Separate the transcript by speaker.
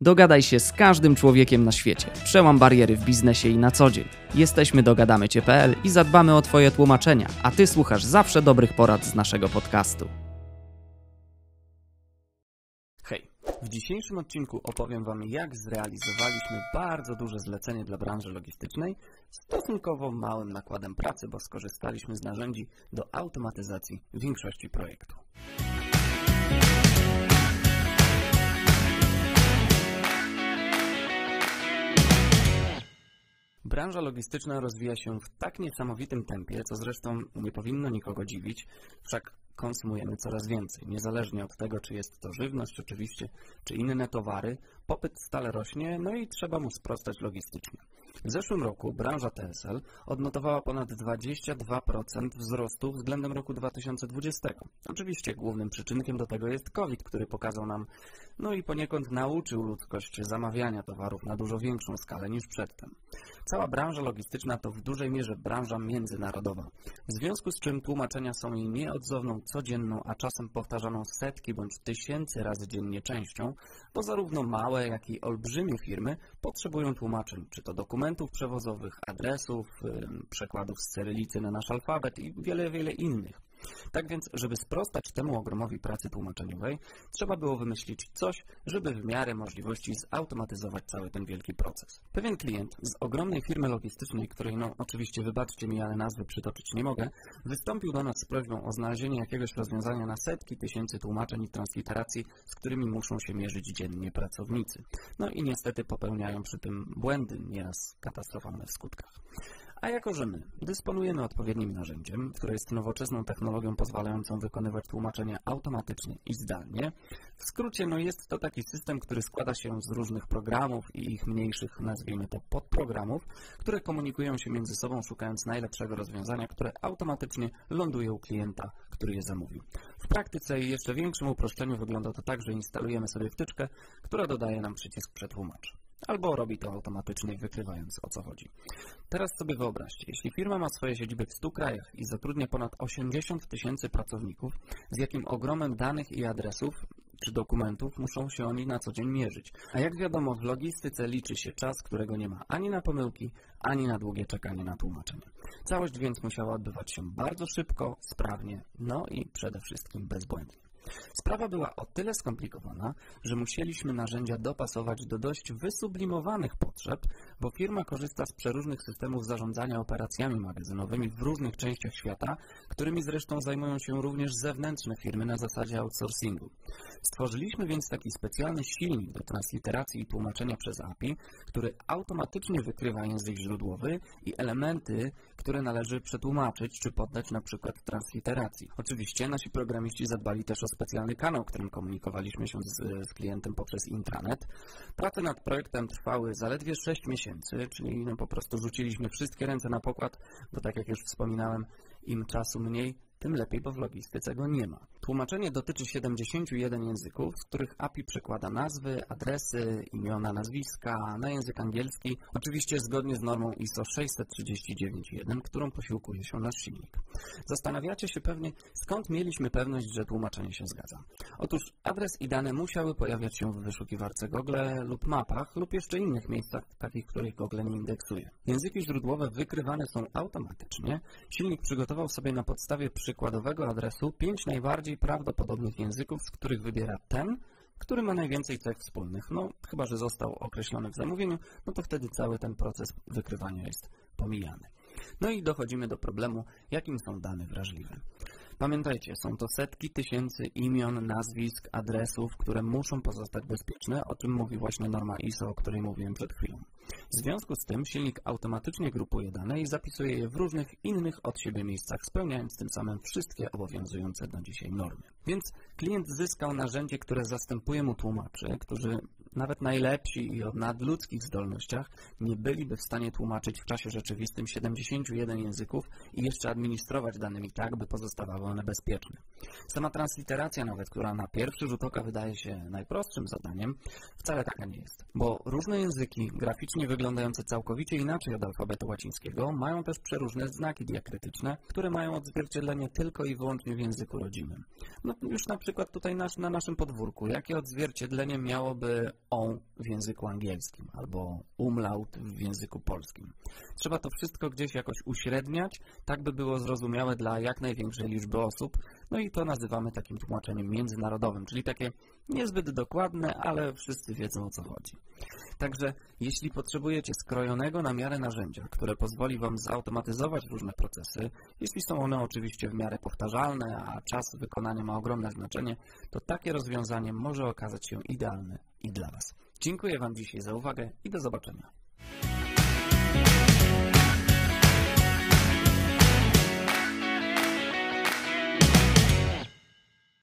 Speaker 1: Dogadaj się z każdym człowiekiem na świecie. Przełam bariery w biznesie i na co dzień. Jesteśmy dogadamycie.pl i zadbamy o Twoje tłumaczenia, a Ty słuchasz zawsze dobrych porad z naszego podcastu. Hej, w dzisiejszym odcinku opowiem Wam, jak zrealizowaliśmy bardzo duże zlecenie dla branży logistycznej stosunkowo małym nakładem pracy, bo skorzystaliśmy z narzędzi do automatyzacji większości projektu. Branża logistyczna rozwija się w tak niesamowitym tempie, co zresztą nie powinno nikogo dziwić, wszak konsumujemy coraz więcej. Niezależnie od tego, czy jest to żywność oczywiście, czy inne towary, popyt stale rośnie, no i trzeba mu sprostać logistycznie. W zeszłym roku branża TSL odnotowała ponad 22% wzrostu względem roku 2020. Oczywiście głównym przyczynkiem do tego jest COVID, który pokazał nam, no i poniekąd nauczył ludzkość zamawiania towarów na dużo większą skalę niż przedtem. Cała branża logistyczna to w dużej mierze branża międzynarodowa, w związku z czym tłumaczenia są jej nieodzowną, codzienną, a czasem powtarzaną setki bądź tysięcy razy dziennie częścią, bo zarówno małe, jak i olbrzymie firmy potrzebują tłumaczeń, czy to dokumentów przewozowych, adresów, przekładów z cyrylicy na nasz alfabet i wiele innych. Tak więc, żeby sprostać temu ogromowi pracy tłumaczeniowej, trzeba było wymyślić coś, żeby w miarę możliwości zautomatyzować cały ten wielki proces. Pewien klient z ogromnej firmy logistycznej, której oczywiście wybaczcie mi, ale nazwy przytoczyć nie mogę, wystąpił do nas z prośbą o znalezienie jakiegoś rozwiązania na setki tysięcy tłumaczeń i transliteracji, z którymi muszą się mierzyć dziennie pracownicy. No i niestety popełniają przy tym błędy, nieraz katastrofalne w skutkach. A jako że my dysponujemy odpowiednim narzędziem, które jest nowoczesną technologią pozwalającą wykonywać tłumaczenia automatycznie i zdalnie, w skrócie jest to taki system, który składa się z różnych programów i ich mniejszych, nazwijmy to, podprogramów, które komunikują się między sobą, szukając najlepszego rozwiązania, które automatycznie ląduje u klienta, który je zamówił. W praktyce i jeszcze większym uproszczeniu wygląda to tak, że instalujemy sobie wtyczkę, która dodaje nam przycisk przetłumacz. Albo robi to automatycznie, wykrywając, o co chodzi. Teraz sobie wyobraźcie, jeśli firma ma swoje siedziby w 100 krajach i zatrudnia ponad 80 tysięcy pracowników, z jakim ogromem danych i adresów czy dokumentów muszą się oni na co dzień mierzyć. A jak wiadomo, w logistyce liczy się czas, którego nie ma ani na pomyłki, ani na długie czekanie na tłumaczenie. Całość więc musiała odbywać się bardzo szybko, sprawnie, no i przede wszystkim bezbłędnie. Sprawa była o tyle skomplikowana, że musieliśmy narzędzia dopasować do dość wysublimowanych potrzeb, bo firma korzysta z przeróżnych systemów zarządzania operacjami magazynowymi w różnych częściach świata, którymi zresztą zajmują się również zewnętrzne firmy na zasadzie outsourcingu. Stworzyliśmy więc taki specjalny silnik do transliteracji i tłumaczenia przez API, który automatycznie wykrywa język źródłowy i elementy, które należy przetłumaczyć czy poddać na przykład transliteracji. Oczywiście nasi programiści zadbali też o specjalny kanał, którym komunikowaliśmy się z klientem poprzez intranet. Prace nad projektem trwały zaledwie 6 miesięcy, czyli po prostu rzuciliśmy wszystkie ręce na pokład, bo tak jak już wspominałem, im czasu mniej, tym lepiej, bo w logistyce go nie ma. Tłumaczenie dotyczy 71 języków, z których API przekłada nazwy, adresy, imiona, nazwiska na język angielski, oczywiście zgodnie z normą ISO 639.1, którą posiłkuje się nasz silnik. Zastanawiacie się pewnie, skąd mieliśmy pewność, że tłumaczenie się zgadza. Otóż adres i dane musiały pojawiać się w wyszukiwarce Google lub mapach lub jeszcze innych miejscach, takich, których Google nie indeksuje. Języki źródłowe wykrywane są automatycznie. Silnik przygotował sobie na podstawie przykładowego adresu 5 najbardziej prawdopodobnych języków, z których wybiera ten, który ma najwięcej cech wspólnych. Chyba że został określony w zamówieniu, to wtedy cały ten proces wykrywania jest pomijany. No i dochodzimy do problemu, jakim są dane wrażliwe. Pamiętajcie, są to setki tysięcy imion, nazwisk, adresów, które muszą pozostać bezpieczne, o czym mówi właśnie norma ISO, o której mówiłem przed chwilą. W związku z tym silnik automatycznie grupuje dane i zapisuje je w różnych innych od siebie miejscach, spełniając tym samym wszystkie obowiązujące na dzisiaj normy. Więc klient zyskał narzędzie, które zastępuje mu tłumaczy, którzy nawet najlepsi i o nadludzkich zdolnościach nie byliby w stanie tłumaczyć w czasie rzeczywistym 71 języków i jeszcze administrować danymi tak, by pozostawały one bezpieczne. Sama transliteracja nawet, która na pierwszy rzut oka wydaje się najprostszym zadaniem, wcale taka nie jest. Bo różne języki, graficznie wyglądające całkowicie inaczej od alfabetu łacińskiego, mają też przeróżne znaki diakrytyczne, które mają odzwierciedlenie tylko i wyłącznie w języku rodzimym. Już na przykład tutaj na naszym podwórku, jakie odzwierciedlenie miałoby on w języku języku angielskim albo umlaut w języku polskim. Trzeba to wszystko gdzieś jakoś uśredniać, tak by było zrozumiałe dla jak największej liczby osób, no i to nazywamy takim tłumaczeniem międzynarodowym, czyli takie niezbyt dokładne, ale wszyscy wiedzą, o co chodzi. Także jeśli potrzebujecie skrojonego na miarę narzędzia, które pozwoli Wam zautomatyzować różne procesy, jeśli są one oczywiście w miarę powtarzalne, a czas wykonania ma ogromne znaczenie, to takie rozwiązanie może okazać się idealne i dla Was. Dziękuję Wam dzisiaj za uwagę i do zobaczenia.